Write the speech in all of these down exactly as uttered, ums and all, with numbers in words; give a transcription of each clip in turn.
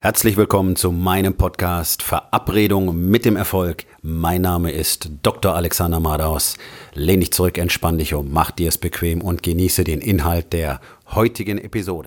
Herzlich willkommen zu meinem Podcast Verabredung mit dem Erfolg. Mein Name ist Doktor Alexander Madaus. Lehn dich zurück, entspann dich um, mach dir es bequem und genieße den Inhalt der heutigen Episode.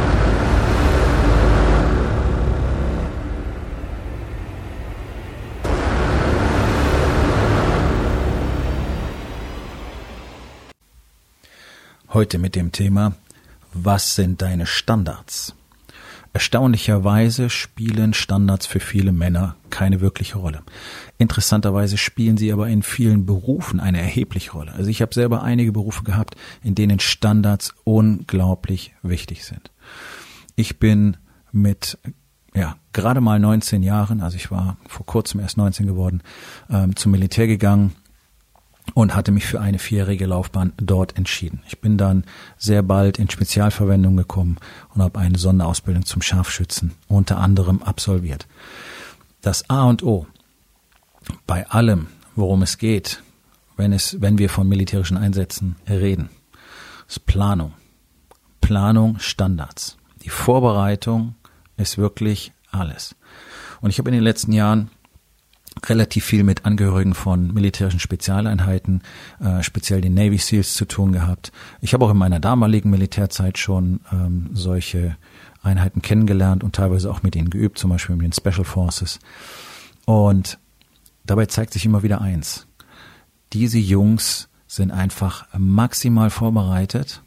Heute mit dem Thema: Was sind deine Standards? Erstaunlicherweise spielen Standards für viele Männer keine wirkliche Rolle. Interessanterweise spielen sie aber in vielen Berufen eine erhebliche Rolle. Also ich habe selber einige Berufe gehabt, in denen Standards unglaublich wichtig sind. Ich bin mit ja gerade mal neunzehn Jahren, also ich war vor kurzem erst neunzehn geworden, ähm, zum Militär gegangen und hatte mich für eine vierjährige Laufbahn dort entschieden. Ich bin dann sehr bald in Spezialverwendung gekommen und habe eine Sonderausbildung zum Scharfschützen unter anderem absolviert. Das A und O bei allem, worum es geht, wenn es, wenn wir von militärischen Einsätzen reden, ist Planung. Planung, Standards. Die Vorbereitung ist wirklich alles. Und ich habe in den letzten Jahren relativ viel mit Angehörigen von militärischen Spezialeinheiten, äh, speziell den Navy Seals, zu tun gehabt. Ich habe auch in meiner damaligen Militärzeit schon ähm, solche Einheiten kennengelernt und teilweise auch mit ihnen geübt, zum Beispiel mit den Special Forces. Und dabei zeigt sich immer wieder eins: Diese Jungs sind einfach maximal vorbereitet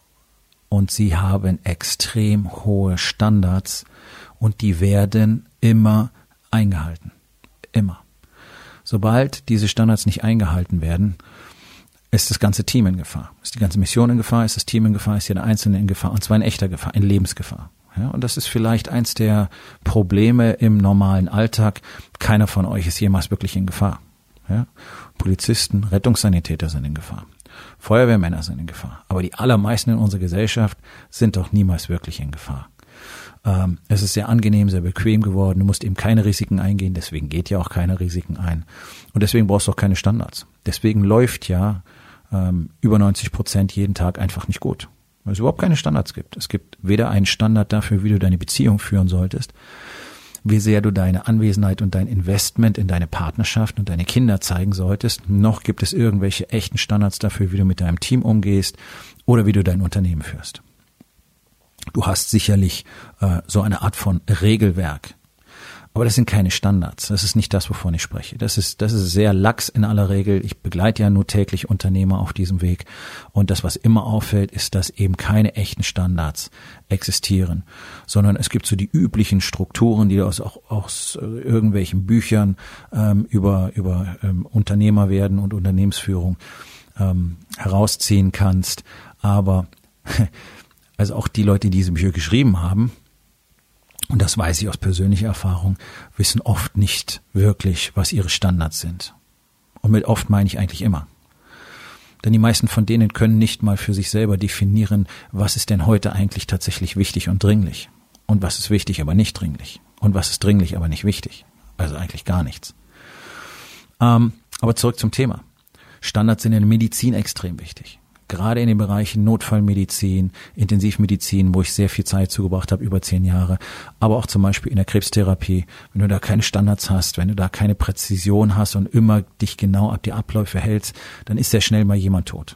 und sie haben extrem hohe Standards und die werden immer eingehalten. Immer. Sobald diese Standards nicht eingehalten werden, ist das ganze Team in Gefahr. Ist die ganze Mission in Gefahr, ist das Team in Gefahr, ist jeder Einzelne in Gefahr, und zwar in echter Gefahr, in Lebensgefahr. Ja, und das ist vielleicht eins der Probleme im normalen Alltag. Keiner von euch ist jemals wirklich in Gefahr. Ja? Polizisten, Rettungssanitäter sind in Gefahr. Feuerwehrmänner sind in Gefahr. Aber die allermeisten in unserer Gesellschaft sind doch niemals wirklich in Gefahr. Ähm, es ist sehr angenehm, sehr bequem geworden. Du musst eben keine Risiken eingehen, deswegen geht ja auch keine Risiken ein. Und deswegen brauchst du auch keine Standards. Deswegen läuft ja ähm, über neunzig Prozent jeden Tag einfach nicht gut, weil es überhaupt keine Standards gibt. Es gibt weder einen Standard dafür, wie du deine Beziehung führen solltest, wie sehr du deine Anwesenheit und dein Investment in deine Partnerschaft und deine Kinder zeigen solltest, noch gibt es irgendwelche echten Standards dafür, wie du mit deinem Team umgehst oder wie du dein Unternehmen führst. Du hast sicherlich äh, so eine Art von Regelwerk, aber das sind keine Standards. Das ist nicht das, wovon ich spreche. Das ist, das ist sehr lax in aller Regel. Ich begleite ja nur täglich Unternehmer auf diesem Weg, und das, was immer auffällt, ist, dass eben keine echten Standards existieren, sondern es gibt so die üblichen Strukturen, die du aus, auch aus äh, irgendwelchen Büchern ähm, über über ähm, Unternehmer werden und Unternehmensführung ähm, herausziehen kannst, aber also auch die Leute, die diese Bücher geschrieben haben, und das weiß ich aus persönlicher Erfahrung, wissen oft nicht wirklich, was ihre Standards sind. Und mit oft meine ich eigentlich immer. Denn die meisten von denen können nicht mal für sich selber definieren, was ist denn heute eigentlich tatsächlich wichtig und dringlich. Und was ist wichtig, aber nicht dringlich. Und was ist dringlich, aber nicht wichtig. Also eigentlich gar nichts. Ähm, aber zurück zum Thema. Standards sind in der Medizin extrem wichtig. Gerade in den Bereichen Notfallmedizin, Intensivmedizin, wo ich sehr viel Zeit zugebracht habe, über zehn Jahre, aber auch zum Beispiel in der Krebstherapie. Wenn du da keine Standards hast, wenn du da keine Präzision hast und immer dich genau ab die Abläufe hältst, dann ist sehr schnell mal jemand tot.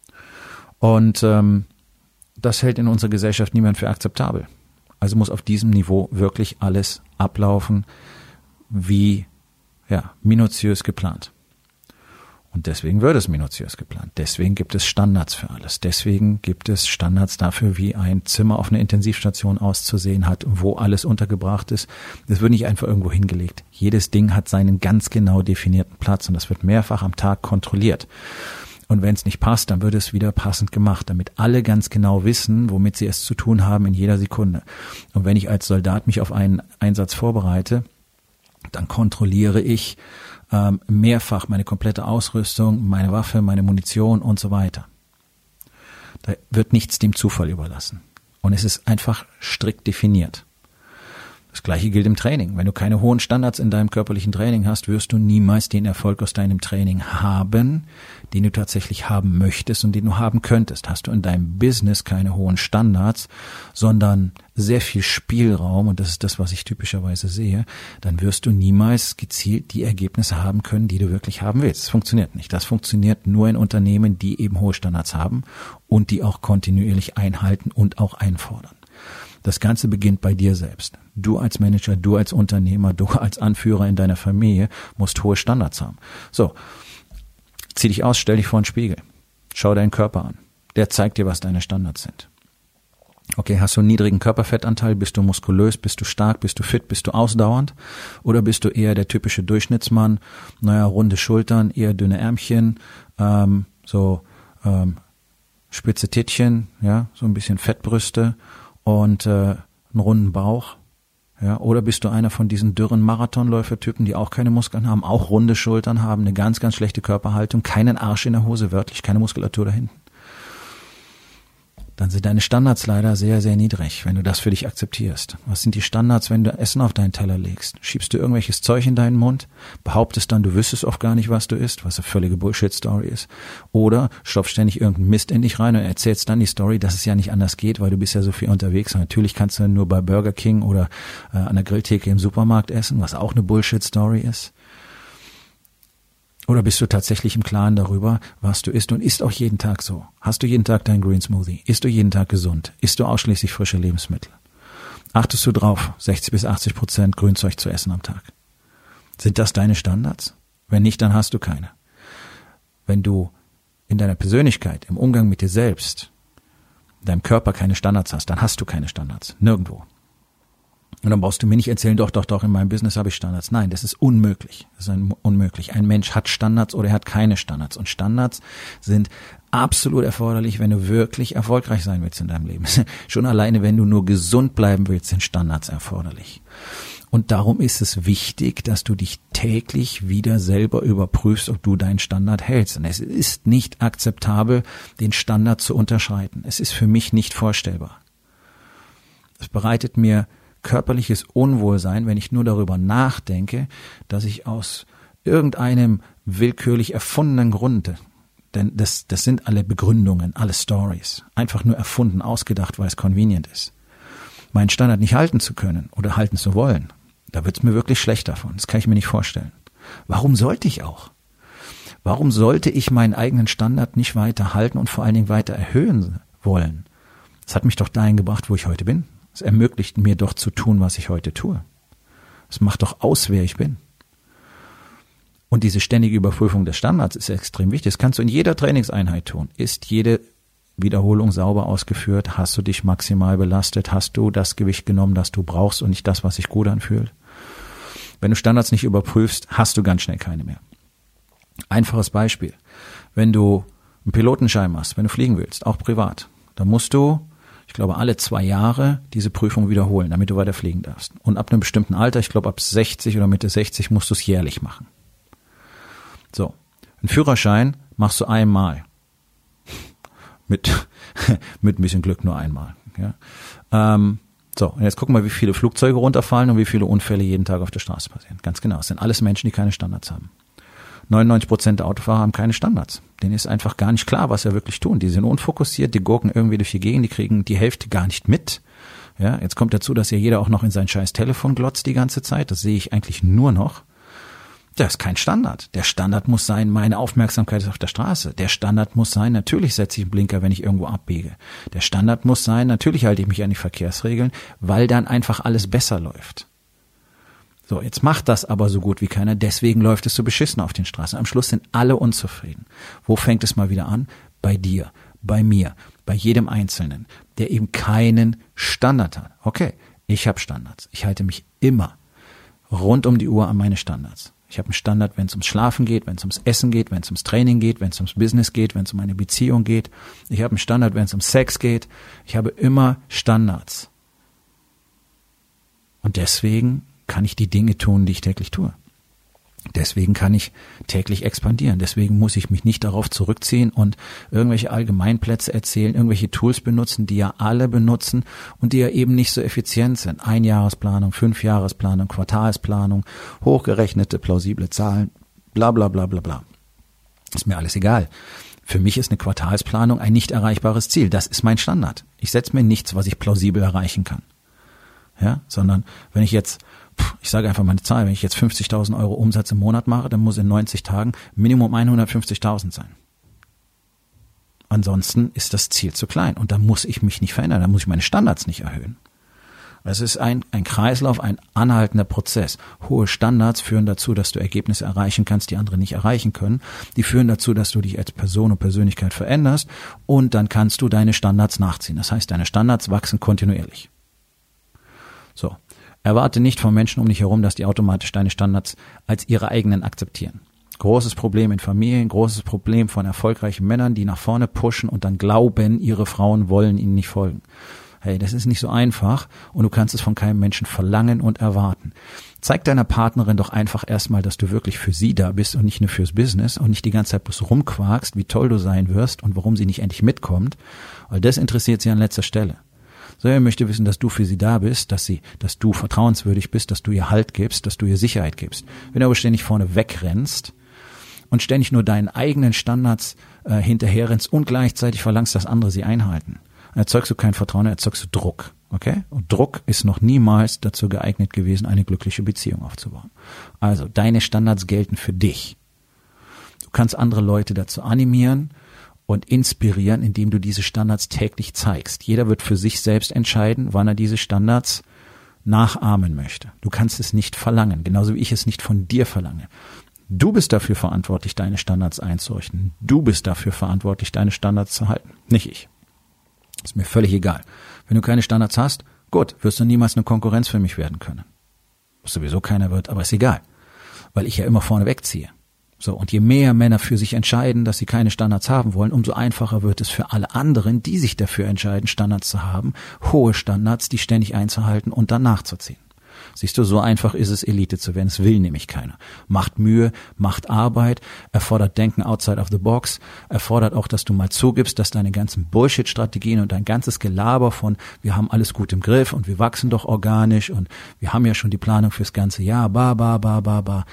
Und ähm, das hält in unserer Gesellschaft niemand für akzeptabel. Also muss auf diesem Niveau wirklich alles ablaufen, wie ja minutiös geplant. Und deswegen wird es minutiös geplant. Deswegen gibt es Standards für alles. Deswegen gibt es Standards dafür, wie ein Zimmer auf einer Intensivstation auszusehen hat, wo alles untergebracht ist. Das wird nicht einfach irgendwo hingelegt. Jedes Ding hat seinen ganz genau definierten Platz, und das wird mehrfach am Tag kontrolliert. Und wenn es nicht passt, dann wird es wieder passend gemacht, damit alle ganz genau wissen, womit sie es zu tun haben in jeder Sekunde. Und wenn ich als Soldat mich auf einen Einsatz vorbereite, dann kontrolliere ich ähm, mehrfach meine komplette Ausrüstung, meine Waffe, meine Munition und so weiter. Da wird nichts dem Zufall überlassen. Und es ist einfach strikt definiert. Das Gleiche gilt im Training. Wenn du keine hohen Standards in deinem körperlichen Training hast, wirst du niemals den Erfolg aus deinem Training haben, den du tatsächlich haben möchtest und den du haben könntest. Hast du in deinem Business keine hohen Standards, sondern sehr viel Spielraum, und das ist das, was ich typischerweise sehe, dann wirst du niemals gezielt die Ergebnisse haben können, die du wirklich haben willst. Das funktioniert nicht. Das funktioniert nur in Unternehmen, die eben hohe Standards haben und die auch kontinuierlich einhalten und auch einfordern. Das Ganze beginnt bei dir selbst. Du als Manager, du als Unternehmer, du als Anführer in deiner Familie musst hohe Standards haben. So, zieh dich aus, stell dich vor den Spiegel. Schau deinen Körper an. Der zeigt dir, was deine Standards sind. Okay, hast du einen niedrigen Körperfettanteil? Bist du muskulös? Bist du stark? Bist du fit? Bist du ausdauernd? Oder bist du eher der typische Durchschnittsmann? Naja, runde Schultern, eher dünne Ärmchen, ähm, so ähm, spitze Tittchen, ja, so ein bisschen Fettbrüste und äh, einen runden Bauch, ja, oder bist du einer von diesen dürren Marathonläufertypen, die auch keine Muskeln haben, auch runde Schultern haben, eine ganz, ganz schlechte Körperhaltung, keinen Arsch in der Hose, wörtlich, keine Muskulatur da hinten? Dann sind deine Standards leider sehr, sehr niedrig, wenn du das für dich akzeptierst. Was sind die Standards, wenn du Essen auf deinen Teller legst? Schiebst du irgendwelches Zeug in deinen Mund? Behauptest dann, du wüsstest oft gar nicht, was du isst, was eine völlige Bullshit-Story ist? Oder stopfst ständig irgendeinen Mist in dich rein und erzählst dann die Story, dass es ja nicht anders geht, weil du bist ja so viel unterwegs. Und natürlich kannst du nur bei Burger King oder äh, an der Grilltheke im Supermarkt essen, was auch eine Bullshit-Story ist. Oder bist du tatsächlich im Klaren darüber, was du isst und isst auch jeden Tag so? Hast du jeden Tag deinen Green Smoothie? Isst du jeden Tag gesund? Isst du ausschließlich frische Lebensmittel? Achtest du drauf, sechzig bis achtzig Prozent Grünzeug zu essen am Tag? Sind das deine Standards? Wenn nicht, dann hast du keine. Wenn du in deiner Persönlichkeit, im Umgang mit dir selbst, in deinem Körper keine Standards hast, dann hast du keine Standards. Nirgendwo. Und dann brauchst du mir nicht erzählen, doch, doch, doch, in meinem Business habe ich Standards. Nein, das ist unmöglich. Das ist ein, unmöglich. Ein Mensch hat Standards oder er hat keine Standards. Und Standards sind absolut erforderlich, wenn du wirklich erfolgreich sein willst in deinem Leben. Schon alleine, wenn du nur gesund bleiben willst, sind Standards erforderlich. Und darum ist es wichtig, dass du dich täglich wieder selber überprüfst, ob du deinen Standard hältst. Und es ist nicht akzeptabel, den Standard zu unterschreiten. Es ist für mich nicht vorstellbar. Es bereitet mir körperliches Unwohlsein, wenn ich nur darüber nachdenke, dass ich aus irgendeinem willkürlich erfundenen Grund, denn das, das sind alle Begründungen, alle Stories, einfach nur erfunden, ausgedacht, weil es convenient ist, meinen Standard nicht halten zu können oder halten zu wollen, da wird es mir wirklich schlecht davon. Das kann ich mir nicht vorstellen. Warum sollte ich auch? Warum sollte ich meinen eigenen Standard nicht weiter halten und vor allen Dingen weiter erhöhen wollen? Das hat mich doch dahin gebracht, wo ich heute bin. Es ermöglicht mir doch zu tun, was ich heute tue. Es macht doch aus, wer ich bin. Und diese ständige Überprüfung des Standards ist extrem wichtig. Das kannst du in jeder Trainingseinheit tun. Ist jede Wiederholung sauber ausgeführt? Hast du dich maximal belastet? Hast du das Gewicht genommen, das du brauchst und nicht das, was sich gut anfühlt? Wenn du Standards nicht überprüfst, hast du ganz schnell keine mehr. Einfaches Beispiel. Wenn du einen Pilotenschein machst, wenn du fliegen willst, auch privat, dann musst du, ich glaube, alle zwei Jahre diese Prüfung wiederholen, damit du weiter fliegen darfst. Und ab einem bestimmten Alter, ich glaube ab sechzig oder Mitte sechzig, musst du es jährlich machen. So, einen Führerschein machst du einmal. Mit, mit ein bisschen Glück nur einmal. Ja. Ähm, so, und jetzt gucken wir, wie viele Flugzeuge runterfallen und wie viele Unfälle jeden Tag auf der Straße passieren. Ganz genau, es sind alles Menschen, die keine Standards haben. neunundneunzig Prozent der Autofahrer haben keine Standards. Denen ist einfach gar nicht klar, was sie wirklich tun. Die sind unfokussiert, die gurken irgendwie durch die Gegend, die kriegen die Hälfte gar nicht mit. Ja, jetzt kommt dazu, dass ja jeder auch noch in sein scheiß Telefon glotzt die ganze Zeit. Das sehe ich eigentlich nur noch. Das ist kein Standard. Der Standard muss sein, meine Aufmerksamkeit ist auf der Straße. Der Standard muss sein, natürlich setze ich einen Blinker, wenn ich irgendwo abbiege. Der Standard muss sein, natürlich halte ich mich an die Verkehrsregeln, weil dann einfach alles besser läuft. So, jetzt macht das aber so gut wie keiner, deswegen läuft es so beschissen auf den Straßen. Am Schluss sind alle unzufrieden. Wo fängt es mal wieder an? Bei dir, bei mir, bei jedem Einzelnen, der eben keinen Standard hat. Okay, ich habe Standards. Ich halte mich immer rund um die Uhr an meine Standards. Ich habe einen Standard, wenn es ums Schlafen geht, wenn es ums Essen geht, wenn es ums Training geht, wenn es ums Business geht, wenn es um eine Beziehung geht. Ich habe einen Standard, wenn es um Sex geht. Ich habe immer Standards. Und deswegen kann ich die Dinge tun, die ich täglich tue. Deswegen kann ich täglich expandieren. Deswegen muss ich mich nicht darauf zurückziehen und irgendwelche Allgemeinplätze erzählen, irgendwelche Tools benutzen, die ja alle benutzen und die ja eben nicht so effizient sind. Einjahresplanung, Fünfjahresplanung, Quartalsplanung, hochgerechnete, plausible Zahlen, bla bla bla bla bla. Ist mir alles egal. Für mich ist eine Quartalsplanung ein nicht erreichbares Ziel. Das ist mein Standard. Ich setze mir nichts, was ich plausibel erreichen kann. Ja, sondern wenn ich jetzt Ich sage einfach mal eine Zahl, wenn ich jetzt fünfzigtausend Euro Umsatz im Monat mache, dann muss in neunzig Tagen Minimum hundertfünfzigtausend sein. Ansonsten ist das Ziel zu klein und da muss ich mich nicht verändern, da muss ich meine Standards nicht erhöhen. Es ist ein, ein Kreislauf, ein anhaltender Prozess. Hohe Standards führen dazu, dass du Ergebnisse erreichen kannst, die andere nicht erreichen können. Die führen dazu, dass du dich als Person und Persönlichkeit veränderst und dann kannst du deine Standards nachziehen. Das heißt, deine Standards wachsen kontinuierlich. So. Erwarte nicht von Menschen um dich herum, dass die automatisch deine Standards als ihre eigenen akzeptieren. Großes Problem in Familien, großes Problem von erfolgreichen Männern, die nach vorne pushen und dann glauben, ihre Frauen wollen ihnen nicht folgen. Hey, das ist nicht so einfach und du kannst es von keinem Menschen verlangen und erwarten. Zeig deiner Partnerin doch einfach erstmal, dass du wirklich für sie da bist und nicht nur fürs Business und nicht die ganze Zeit bloß rumquakst, wie toll du sein wirst und warum sie nicht endlich mitkommt, weil das interessiert sie an letzter Stelle. So, er möchte wissen, dass du für sie da bist, dass sie, dass du vertrauenswürdig bist, dass du ihr Halt gibst, dass du ihr Sicherheit gibst. Wenn du aber ständig vorne wegrennst und ständig nur deinen eigenen Standards äh, hinterherrennst und gleichzeitig verlangst, dass andere sie einhalten, dann erzeugst du kein Vertrauen, dann erzeugst du Druck. Okay? Und Druck ist noch niemals dazu geeignet gewesen, eine glückliche Beziehung aufzubauen. Also, deine Standards gelten für dich. Du kannst andere Leute dazu animieren und inspirieren, indem du diese Standards täglich zeigst. Jeder wird für sich selbst entscheiden, wann er diese Standards nachahmen möchte. Du kannst es nicht verlangen, genauso wie ich es nicht von dir verlange. Du bist dafür verantwortlich, deine Standards einzurichten. Du bist dafür verantwortlich, deine Standards zu halten, nicht ich. Ist mir völlig egal. Wenn du keine Standards hast, gut, wirst du niemals eine Konkurrenz für mich werden können. Was sowieso keiner wird, aber ist egal, weil ich ja immer vorne wegziehe. So, und je mehr Männer für sich entscheiden, dass sie keine Standards haben wollen, umso einfacher wird es für alle anderen, die sich dafür entscheiden, Standards zu haben, hohe Standards, die ständig einzuhalten und dann nachzuziehen. Siehst du, so einfach ist es, Elite zu werden. Es will nämlich keiner. Macht Mühe, macht Arbeit, erfordert Denken outside of the box, erfordert auch, dass du mal zugibst, dass deine ganzen Bullshit-Strategien und dein ganzes Gelaber von wir haben alles gut im Griff und wir wachsen doch organisch und wir haben ja schon die Planung fürs ganze Jahr, ba, ba, ba, ba, ba.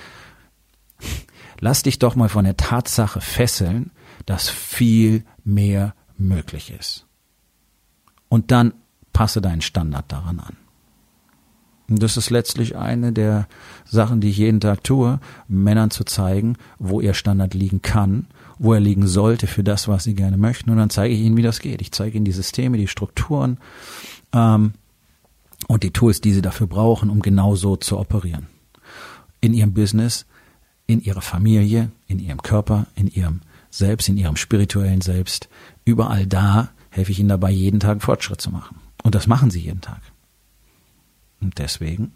Lass dich doch mal von der Tatsache fesseln, dass viel mehr möglich ist. Und dann passe deinen Standard daran an. Und das ist letztlich eine der Sachen, die ich jeden Tag tue, Männern zu zeigen, wo ihr Standard liegen kann, wo er liegen sollte für das, was sie gerne möchten. Und dann zeige ich ihnen, wie das geht. Ich zeige ihnen die Systeme, die Strukturen ähm, und die Tools, die sie dafür brauchen, um genau so zu operieren. In ihrem Business, in ihrer Familie, in ihrem Körper, in ihrem Selbst, in ihrem spirituellen Selbst. Überall da helfe ich ihnen dabei, jeden Tag einen Fortschritt zu machen. Und das machen sie jeden Tag. Und deswegen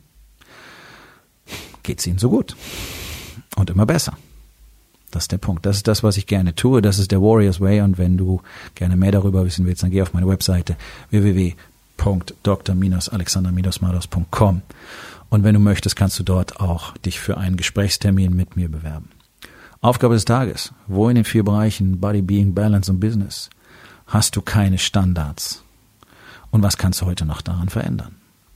geht es ihnen so gut. Und immer besser. Das ist der Punkt. Das ist das, was ich gerne tue. Das ist der Warriors Way. Und wenn du gerne mehr darüber wissen willst, dann geh auf meine Webseite w w w punkt dr alexander mados punkt com. Und wenn du möchtest, kannst du dort auch dich für einen Gesprächstermin mit mir bewerben. Aufgabe des Tages. Wo in den vier Bereichen Body, Being, Balance und Business hast du keine Standards? Und was kannst du heute noch daran verändern?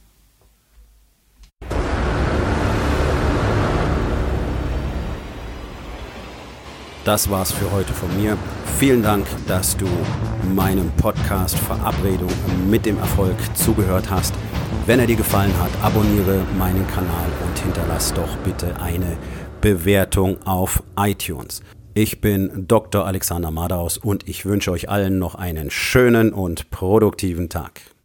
Das war's für heute von mir. Vielen Dank, dass du meinem Podcast Verabredung mit dem Erfolg zugehört hast. Wenn er dir gefallen hat, abonniere meinen Kanal und hinterlass doch bitte eine Bewertung auf iTunes. Ich bin Doktor Alexander Madaus und ich wünsche euch allen noch einen schönen und produktiven Tag.